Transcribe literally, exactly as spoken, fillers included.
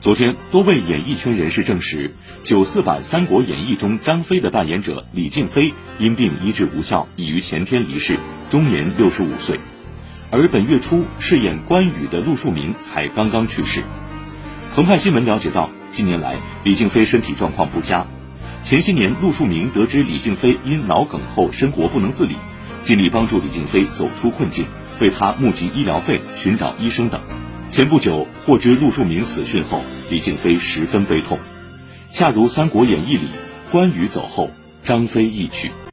昨天，多位演艺圈人士证实，九四版《三国演义》中张飞的扮演者李静飞因病医治无效，已于前天离世，终年六十五岁。而本月初饰演关羽的陆树铭才刚刚去世。澎湃新闻了解到，近年来李静飞身体状况不佳，前些年陆树铭得知李静飞因脑梗后生活不能自理，尽力帮助李静飞走出困境，为他募集医疗费、寻找医生等。前不久获知陆树铭死讯后，李静飞十分悲痛。恰如《三国演义》里，关羽走后，张飞亦去。